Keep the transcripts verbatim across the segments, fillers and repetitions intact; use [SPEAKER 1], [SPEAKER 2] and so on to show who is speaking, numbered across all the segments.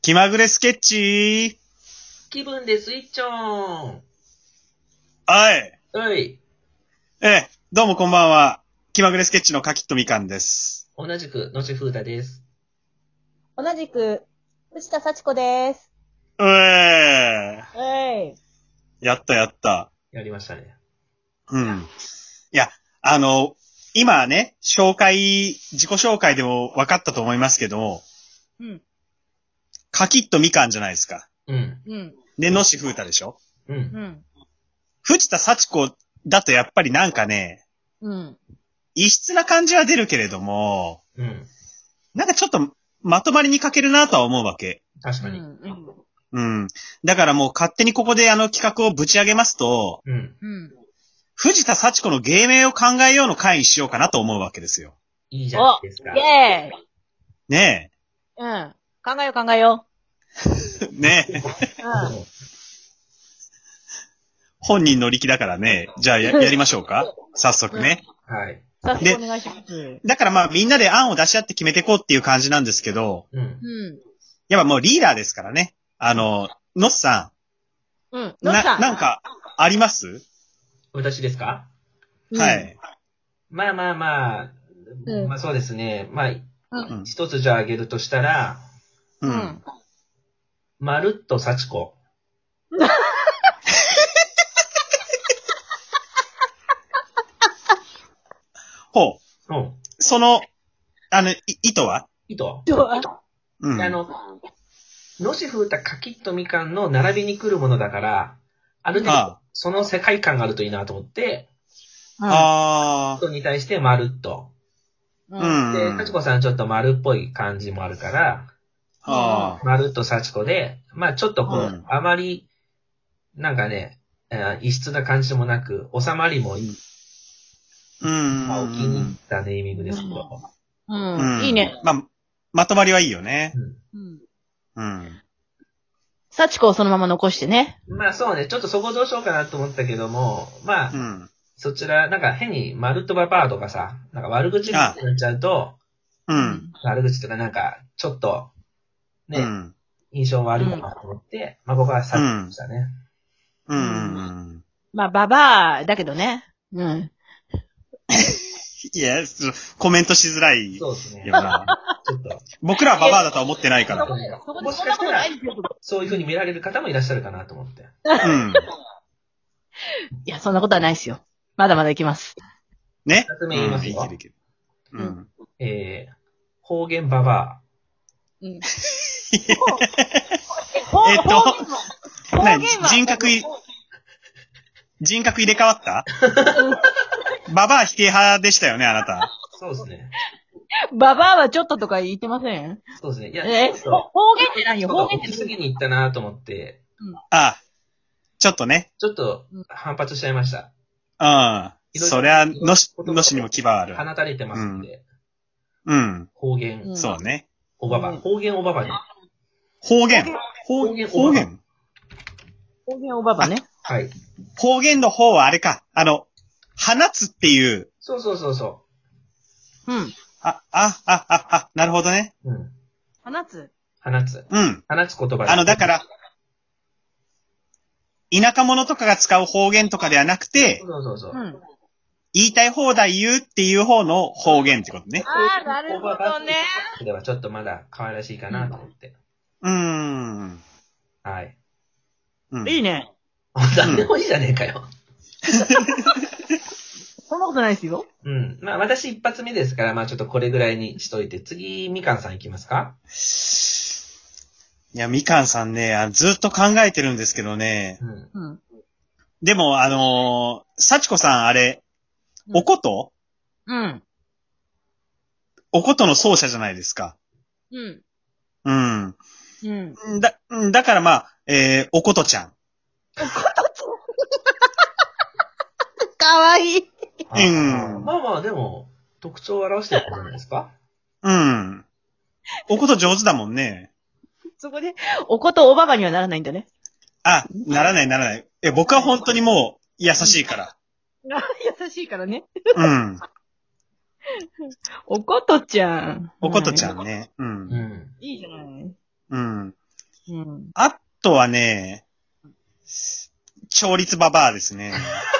[SPEAKER 1] 気まぐれスケッチ
[SPEAKER 2] 気分でスイッチオン。
[SPEAKER 1] はい。
[SPEAKER 2] はい。
[SPEAKER 1] ええ、どうもこんばんは。気まぐれスケッチのかきっとみかんです。
[SPEAKER 2] 同じく、のちふうたです。
[SPEAKER 3] 同じく、藤田幸子です。
[SPEAKER 1] うえー。
[SPEAKER 3] えい。
[SPEAKER 1] やったやった。
[SPEAKER 2] やりましたね。
[SPEAKER 1] うん。いや、あの、今ね、紹介、自己紹介でも分かったと思いますけど、
[SPEAKER 3] うん。
[SPEAKER 1] かきっとみかんじゃないですか。
[SPEAKER 2] うん。
[SPEAKER 3] うん。
[SPEAKER 1] で、のしふうたでしょ。
[SPEAKER 2] うん。
[SPEAKER 3] うん。
[SPEAKER 1] 藤田幸子だとやっぱりなんかね、
[SPEAKER 3] うん。
[SPEAKER 1] 異質な感じは出るけれども、
[SPEAKER 2] うん。
[SPEAKER 1] なんかちょっとまとまりに欠けるなとは思うわけ。
[SPEAKER 2] 確かに。
[SPEAKER 3] うん。
[SPEAKER 1] うん。だからもう勝手にここであの企画をぶち上げますと、
[SPEAKER 2] うん。
[SPEAKER 3] うん。
[SPEAKER 1] 藤田幸子の芸名を考えようの会にしようかなと思うわけですよ。
[SPEAKER 2] いいじゃないですか。
[SPEAKER 3] イェーイ。
[SPEAKER 1] ね
[SPEAKER 3] うん。考えよう考えよ
[SPEAKER 1] え。ねえ。
[SPEAKER 3] う。うん。
[SPEAKER 1] 本人の力だからね。じゃあ や, やりましょうか。早速ね。
[SPEAKER 2] はい。
[SPEAKER 3] 早速お願いします。
[SPEAKER 1] だからまあみんなで案を出し合って決めていこうっていう感じなんですけど、
[SPEAKER 2] うん。
[SPEAKER 3] うん。
[SPEAKER 1] やっぱもうリーダーですからね。あの、のっさ
[SPEAKER 3] うん。
[SPEAKER 1] ん。な、
[SPEAKER 3] のっさん。
[SPEAKER 1] なんか、あります、
[SPEAKER 2] 私ですか？
[SPEAKER 3] うん
[SPEAKER 1] はい。
[SPEAKER 2] まあまあまあ、
[SPEAKER 3] うん
[SPEAKER 2] まあそうですね。まあ、
[SPEAKER 3] うん。
[SPEAKER 2] 一つじゃああげるとしたら、
[SPEAKER 1] う。
[SPEAKER 3] うんん。
[SPEAKER 2] まるっと幸子。
[SPEAKER 1] ほう。
[SPEAKER 2] うん。
[SPEAKER 1] その、あの、い意図は
[SPEAKER 2] 意図
[SPEAKER 3] どう
[SPEAKER 1] うん。
[SPEAKER 2] あの、のしふうたかきっとみかんの並びに来るものだから、ある程度、
[SPEAKER 1] あ
[SPEAKER 2] その世界観があるといいなと思って、
[SPEAKER 1] あ。あ
[SPEAKER 2] 人に対してまるっと。
[SPEAKER 3] う
[SPEAKER 1] あ。う
[SPEAKER 3] ん。
[SPEAKER 2] で、
[SPEAKER 1] ん。
[SPEAKER 2] 幸子さんちょっと丸っぽい感じもあるから、
[SPEAKER 1] ああ。
[SPEAKER 2] まるっと幸子で、まあちょっとこう、
[SPEAKER 1] うん
[SPEAKER 2] あまり、なんかね、えー異質な感じもなく、収まりもいい。
[SPEAKER 1] うん。
[SPEAKER 2] まあお気に入ったネーミングですけど。
[SPEAKER 3] う。
[SPEAKER 1] うんん。
[SPEAKER 3] いいね。
[SPEAKER 1] まあ、まとまりはいいよね
[SPEAKER 2] う。ん。
[SPEAKER 3] うん。
[SPEAKER 1] うん。
[SPEAKER 3] 幸子をそのまま残してね。
[SPEAKER 2] まあそうね、ちょっとそこどうしようかなと思ったけども、まあ、
[SPEAKER 1] うん。
[SPEAKER 2] そちら、なんか変にまるっとババアとかさ、なんか悪口になっちゃうと、
[SPEAKER 1] うん。
[SPEAKER 2] 悪口とかなんか、ちょっと、ね、
[SPEAKER 1] うん。
[SPEAKER 2] 印象悪いかなと思って、まあ僕はさっきでしたね。
[SPEAKER 1] うん。
[SPEAKER 3] まあ、ババアだけどね。うん。
[SPEAKER 1] いや、そコメントしづらい
[SPEAKER 2] そうですね。
[SPEAKER 1] よな。
[SPEAKER 2] ちょっと、
[SPEAKER 1] 僕らはババアだとは思ってないから。
[SPEAKER 3] そこで
[SPEAKER 2] もし
[SPEAKER 3] そんなこと
[SPEAKER 2] かしたら
[SPEAKER 3] ないですよ。
[SPEAKER 2] そういう風に見られる方もいらっしゃるかなと思って。
[SPEAKER 1] うん。
[SPEAKER 3] いや、そんなことはないですよ。まだまだいきます。
[SPEAKER 1] ね。
[SPEAKER 2] 二つ目言いますよ
[SPEAKER 1] うん、いけるいける。うん。
[SPEAKER 2] えー、方言ババ
[SPEAKER 3] うん。
[SPEAKER 1] えっと
[SPEAKER 3] 方
[SPEAKER 1] ね
[SPEAKER 3] 言は
[SPEAKER 1] 人格い、人格入れ替わったババア否定派でしたよね、あなた。
[SPEAKER 2] ア。そうですね。
[SPEAKER 3] ババアはちょっととか言ってません？
[SPEAKER 2] そうですね。いや、
[SPEAKER 3] え、
[SPEAKER 2] ちょっと、
[SPEAKER 3] 方言って何よ？
[SPEAKER 2] ちょっと
[SPEAKER 3] 方言って
[SPEAKER 2] 大きすぎに行ったなと思って、
[SPEAKER 1] あ、ちょっとね。
[SPEAKER 2] ちょっと反発しちゃいました。
[SPEAKER 1] うん。そりゃ、のし、のしにも牙はある。
[SPEAKER 2] 放たれてますんで、
[SPEAKER 1] うん。
[SPEAKER 2] 方言
[SPEAKER 3] うん
[SPEAKER 1] そうね。
[SPEAKER 2] おばば。
[SPEAKER 3] うん
[SPEAKER 2] 方言おばばね。
[SPEAKER 1] 方言。方
[SPEAKER 2] 方言
[SPEAKER 1] 方言。
[SPEAKER 3] 方言おばばね。
[SPEAKER 2] はい。
[SPEAKER 1] 方言の方はあれか。あの、放つっていう。
[SPEAKER 2] そうそうそうそ
[SPEAKER 3] うん。
[SPEAKER 1] あ、あ、あ、あ、あ、なるほどね。
[SPEAKER 2] う。うん。
[SPEAKER 3] 放つ。
[SPEAKER 2] 放つ。
[SPEAKER 1] うん。
[SPEAKER 2] 放つ言葉。
[SPEAKER 1] あの、だからら、田舎者とかが使う方言とかではなくて
[SPEAKER 2] そ、うそうそう。
[SPEAKER 3] うん。
[SPEAKER 1] 言いたい放題言うっていう方の方言ってことね。
[SPEAKER 3] ああ、なるほどね。
[SPEAKER 2] ではちょっとまだ可愛らしいかなと思って。
[SPEAKER 1] うーん。
[SPEAKER 2] はい。
[SPEAKER 1] うん、
[SPEAKER 3] いいね。
[SPEAKER 2] 何でもいいじゃねえかよ。
[SPEAKER 3] そんなことないですよ。
[SPEAKER 2] うん。まあ私一発目ですから、まあちょっとこれぐらいにしといて、次、みかんさんいきますか？
[SPEAKER 1] いや、みかんさんね、あずっと考えてるんですけどね。
[SPEAKER 2] うん。
[SPEAKER 3] うん。
[SPEAKER 1] でも、あのー、幸子さん、あれ、
[SPEAKER 3] うん
[SPEAKER 1] おこと、
[SPEAKER 3] うん。
[SPEAKER 1] おことの奏者じゃないですか。
[SPEAKER 3] うん。
[SPEAKER 1] うん。
[SPEAKER 3] うん。
[SPEAKER 1] だ、だからまあ、えー、おことちゃん。
[SPEAKER 3] かわいい。
[SPEAKER 1] うん
[SPEAKER 2] まあまあ、でも、特徴を表してるんじゃないですか？
[SPEAKER 1] うん。おこと上手だもんね。
[SPEAKER 3] そこで、おことおばばにはならないんだね。
[SPEAKER 1] あ、ならないならない。え、僕は本当にもう優しいから。
[SPEAKER 3] 優しいからね。
[SPEAKER 1] うん。
[SPEAKER 3] おことちゃん。
[SPEAKER 1] おことちゃ
[SPEAKER 3] ん。
[SPEAKER 1] んね。うん。
[SPEAKER 2] うん。
[SPEAKER 3] いいじゃない。
[SPEAKER 1] うん。 とはね、調律ババアですね。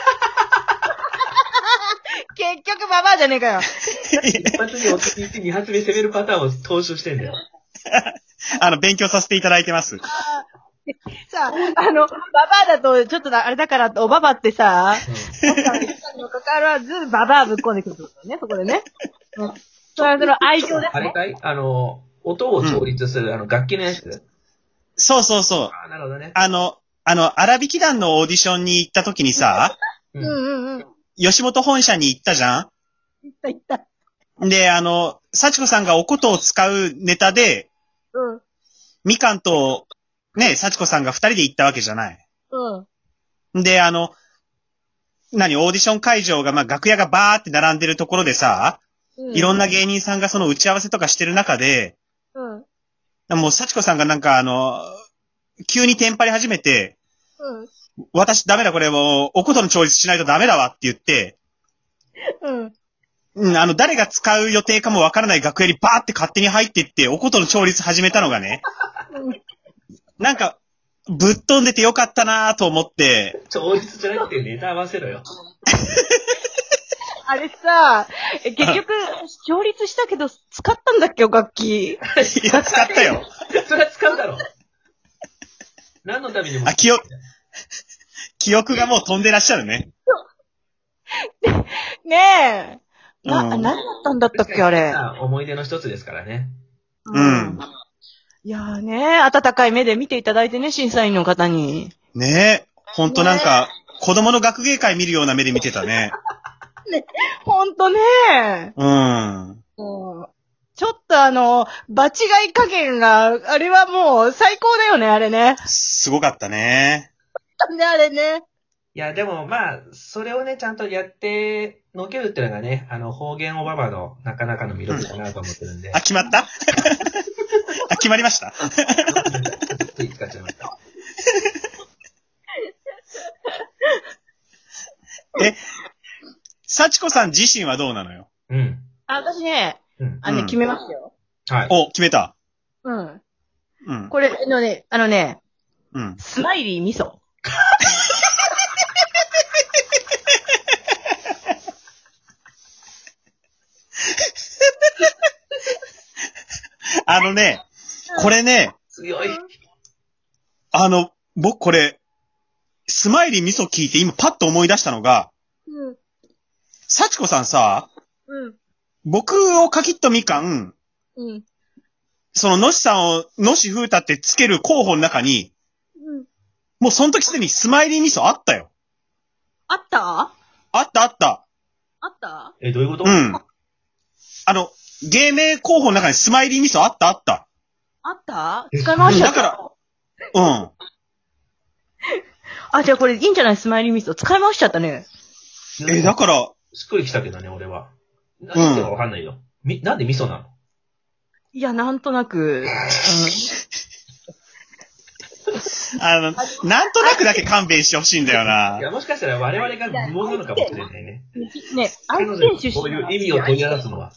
[SPEAKER 3] 結局ババアじゃねえかよ。
[SPEAKER 2] 一発に落ち着いて二発目攻めるパターンを踏襲してんだよ。
[SPEAKER 1] あの、勉強させていただいてます。
[SPEAKER 3] さあ、あの、ババアだと、ちょっとだあれだから、おババってさ、奥さんが言ったにもかかわらず、ババアぶっ込んでくるってことね、そこでね。うん。それはその愛情ですね。
[SPEAKER 2] あれかいあの、音を調律する、うん、あの、楽器のやつ
[SPEAKER 1] そうそうそう。
[SPEAKER 2] ああ、なるほどね。
[SPEAKER 1] あの、あの、荒引き団のオーディションに行った時にさ、
[SPEAKER 3] うんうんうん。
[SPEAKER 1] 吉本本社に行ったじゃん？
[SPEAKER 3] 行った行った。
[SPEAKER 1] で、あの、幸子さんがお琴を使うネタで、
[SPEAKER 3] うん。
[SPEAKER 1] みかんと、ね、幸子さんが二人で行ったわけじゃない。
[SPEAKER 3] うん。
[SPEAKER 1] で、あの、何、オーディション会場が、まあ、楽屋がバーって並んでるところでさ、うん、いろんな芸人さんがその打ち合わせとかしてる中で、うん。もう幸子さんがなんかあの、急にテンパり始めて、うん。私ダメだこれもう、お琴の調律しないとダメだわって言って、うん。うん、あの、誰が使う予定かもわからない楽屋にバーって勝手に入っていって、お琴の調律始めたのがね、うん、なんか、ぶっ飛んでてよかったなぁと思って。
[SPEAKER 2] 調律じゃなくてネタ合わせろよ。
[SPEAKER 3] あれさ、結局、調律したけど、使ったんだっけ、お楽器。
[SPEAKER 1] いや、使ったよ。
[SPEAKER 2] それは使うだろ。何のためにも。
[SPEAKER 1] あ、記憶、記憶がもう飛んでらっしゃるね。
[SPEAKER 3] ねえ。な、うん、何だったんだったっけ、あれ。
[SPEAKER 2] 思い出の一つですからね。
[SPEAKER 1] うん。
[SPEAKER 3] いやーね、温かい目で見ていただいてね、審査員の方に。
[SPEAKER 1] ねえ、ほんとなんか、子供の学芸会見るような目で見てたね。
[SPEAKER 3] ね、ほんとね。
[SPEAKER 1] うん。
[SPEAKER 3] うん。ちょっとあの、場違い加減が、あれはもう最高だよね、あれね。
[SPEAKER 1] すごかったね。
[SPEAKER 3] ね、あれね。
[SPEAKER 2] いや、でもまあ、それをね、ちゃんとやって、のけるっていうのがね、あの、方言おばばのなかなかの魅力かなと思ってるんで。
[SPEAKER 1] うん、あ、決まったあ、決まりました
[SPEAKER 2] つい使っちゃいました。
[SPEAKER 1] え、幸子さん自身はどうなのよ？
[SPEAKER 2] うん。
[SPEAKER 3] あ、私ね、うん、あのね、決めましたよ。
[SPEAKER 2] はい。
[SPEAKER 1] お、決めた。
[SPEAKER 3] うん。
[SPEAKER 1] うん。
[SPEAKER 3] これ、あのね、あのね、
[SPEAKER 1] うん。
[SPEAKER 3] スマイリー味噌。
[SPEAKER 1] あのね、これね、
[SPEAKER 2] 強い。
[SPEAKER 1] あの、僕これ、スマイリー味噌聞いて今パッと思い出したのが、うん。幸子さんさ、うん。僕をカキッとみかん、うん。そののしさんを、のしふうたってつける候補の中に、うん。もうその時すでにスマイリー味噌あったよ。
[SPEAKER 3] あった？
[SPEAKER 1] あったあった。
[SPEAKER 3] あった？
[SPEAKER 2] え、どういうこと？
[SPEAKER 1] うん。あの、芸名候補の中にスマイリー味噌あったあった。
[SPEAKER 3] あった？使い回しちゃった。
[SPEAKER 1] だから、うん。
[SPEAKER 3] あ、じゃあこれいいんじゃない？スマイリー味噌。使い回しちゃったね。
[SPEAKER 1] え、だから。
[SPEAKER 2] しっくりきたけどね、俺は。なんでかわかんないよ。うん、み、なんで味噌なの？
[SPEAKER 3] いや、なんとなく、うん、
[SPEAKER 1] あの、なんとなくだけ勘弁してほしいんだよな。
[SPEAKER 2] いや、もしかしたら我々が疑問なのかもしれないね。
[SPEAKER 3] ね、愛知県出身。
[SPEAKER 2] こういう意味を問いただすのは。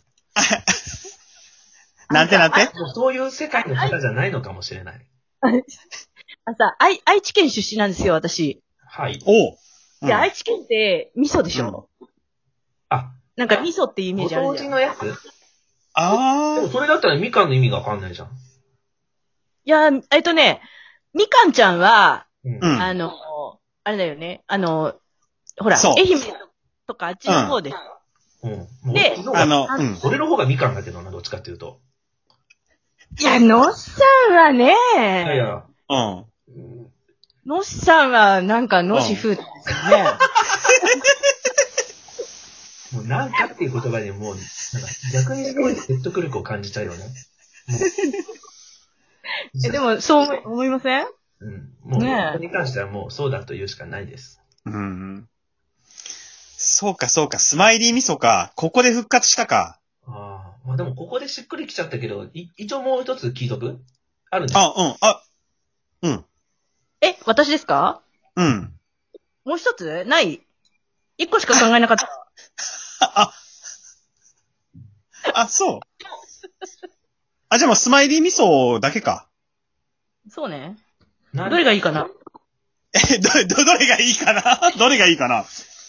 [SPEAKER 1] なんてなんて？
[SPEAKER 2] そういう世界の方じゃないのかもしれない。
[SPEAKER 3] あさ、愛、愛知県出身なんですよ、私。
[SPEAKER 2] はい。
[SPEAKER 1] おう。
[SPEAKER 3] で、うん、愛知県って味噌でしょ、うん、
[SPEAKER 2] あ、
[SPEAKER 3] なんか味噌ってイメージあるじゃん。
[SPEAKER 2] ご当地のやつ？
[SPEAKER 1] ああ。
[SPEAKER 2] でもそれだったらみかんの意味がわかんないじゃん。
[SPEAKER 3] いや、えっとね、みかんちゃんは、
[SPEAKER 1] うん、
[SPEAKER 3] あの、あれだよね、あの、ほら、愛媛とかあっちの方で。
[SPEAKER 2] うん。うん、
[SPEAKER 3] で、
[SPEAKER 2] あの、うん、俺の方がみかんだけどな、どっちかっていうと。
[SPEAKER 3] いや、のっさんはね、い
[SPEAKER 2] やいや、
[SPEAKER 1] うん。
[SPEAKER 3] のっさんは、なんか、のしふうですよね。
[SPEAKER 2] もう、なんかっていう言葉でもう、なんか、逆にすごい説得力を感じちゃうよね。
[SPEAKER 3] え、でも、そう思いません？
[SPEAKER 2] うん。もう、ね、これに関してはもう、そうだと言うしかないです。
[SPEAKER 1] うん。そうか、そうか、スマイリー味噌か。ここで復活したか。
[SPEAKER 2] ああ。まあでも、ここでしっくりきちゃったけど、い一応もう一つ聞いとく？あるんです
[SPEAKER 1] あ、うん、あ、うん。
[SPEAKER 3] え、私ですか？
[SPEAKER 1] うん。
[SPEAKER 3] もう一つ？ない？一個しか考えなかった。
[SPEAKER 1] あ、あ、そう。あ、じゃあもうスマイリー味噌だけか。
[SPEAKER 3] そうね。 どれがいいかな
[SPEAKER 1] え、ど、ど、どれがいいかなどれがいいかな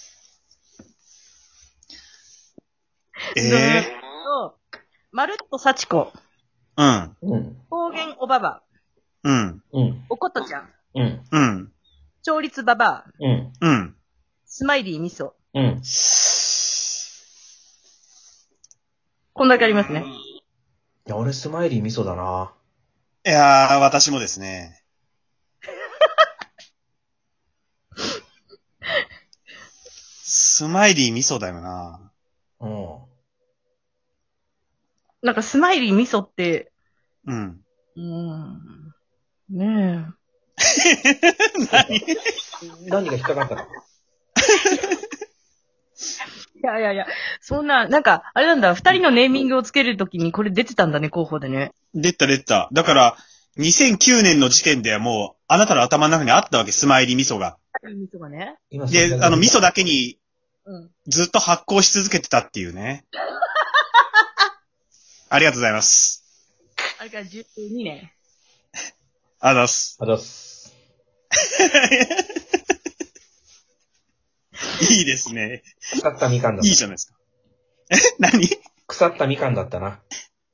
[SPEAKER 1] ええ
[SPEAKER 3] ー。まるっと幸子。
[SPEAKER 1] うん。
[SPEAKER 2] うん。
[SPEAKER 3] 方言おばば。
[SPEAKER 1] うん。
[SPEAKER 2] うん。
[SPEAKER 3] おことちゃん。
[SPEAKER 2] うん。
[SPEAKER 1] うん。
[SPEAKER 3] 調律ばば。
[SPEAKER 2] うん。
[SPEAKER 1] うん。
[SPEAKER 3] スマイリー味噌。
[SPEAKER 2] うん。
[SPEAKER 3] こんだけありますね。
[SPEAKER 2] いや、俺スマイリー味噌だな。
[SPEAKER 1] いやー、私もですね。スマイリー味噌だよな。
[SPEAKER 2] うん。
[SPEAKER 3] なんかスマイリー味噌って、
[SPEAKER 1] うん。
[SPEAKER 3] うーん。ね
[SPEAKER 1] 何
[SPEAKER 2] 何が引っかかったの？い
[SPEAKER 3] やいやいや、そんな、なんか、あれなんだ、二人のネーミングをつけるときにこれ出てたんだね、候補でね。
[SPEAKER 1] 出た出た。だから、にせんきゅうねんの時点ではもう、あなたの頭の中にあったわけ、スマイリー味噌が。
[SPEAKER 3] 味噌がね。
[SPEAKER 1] で、あの、味噌だけに、
[SPEAKER 3] うん。
[SPEAKER 1] ずっと発酵し続けてたっていうね。ありがとうございます。
[SPEAKER 3] あれからじゅうにねん。
[SPEAKER 1] ありがとうございます。
[SPEAKER 2] ありがとうございます。
[SPEAKER 1] いいですね。
[SPEAKER 2] 腐ったみかんだった。
[SPEAKER 1] いいじゃないですか。え何
[SPEAKER 2] 腐ったみかんだったな。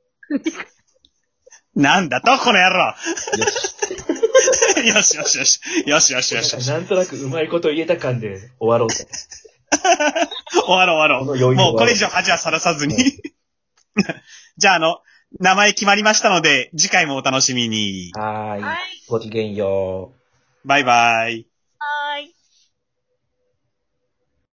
[SPEAKER 1] なんだと、この野郎。
[SPEAKER 2] よし。
[SPEAKER 1] よしよしよし。よしよしよしよし。
[SPEAKER 2] なんとなくうまいこと言えた感で終わろうと。
[SPEAKER 1] 終わろう終わろう。もうこれ以上恥はさらさずに。じゃあ、あの、名前決まりましたので、次回もお楽しみに。
[SPEAKER 2] はーい。ごきげんよう。
[SPEAKER 1] バイバイ。
[SPEAKER 3] はーい。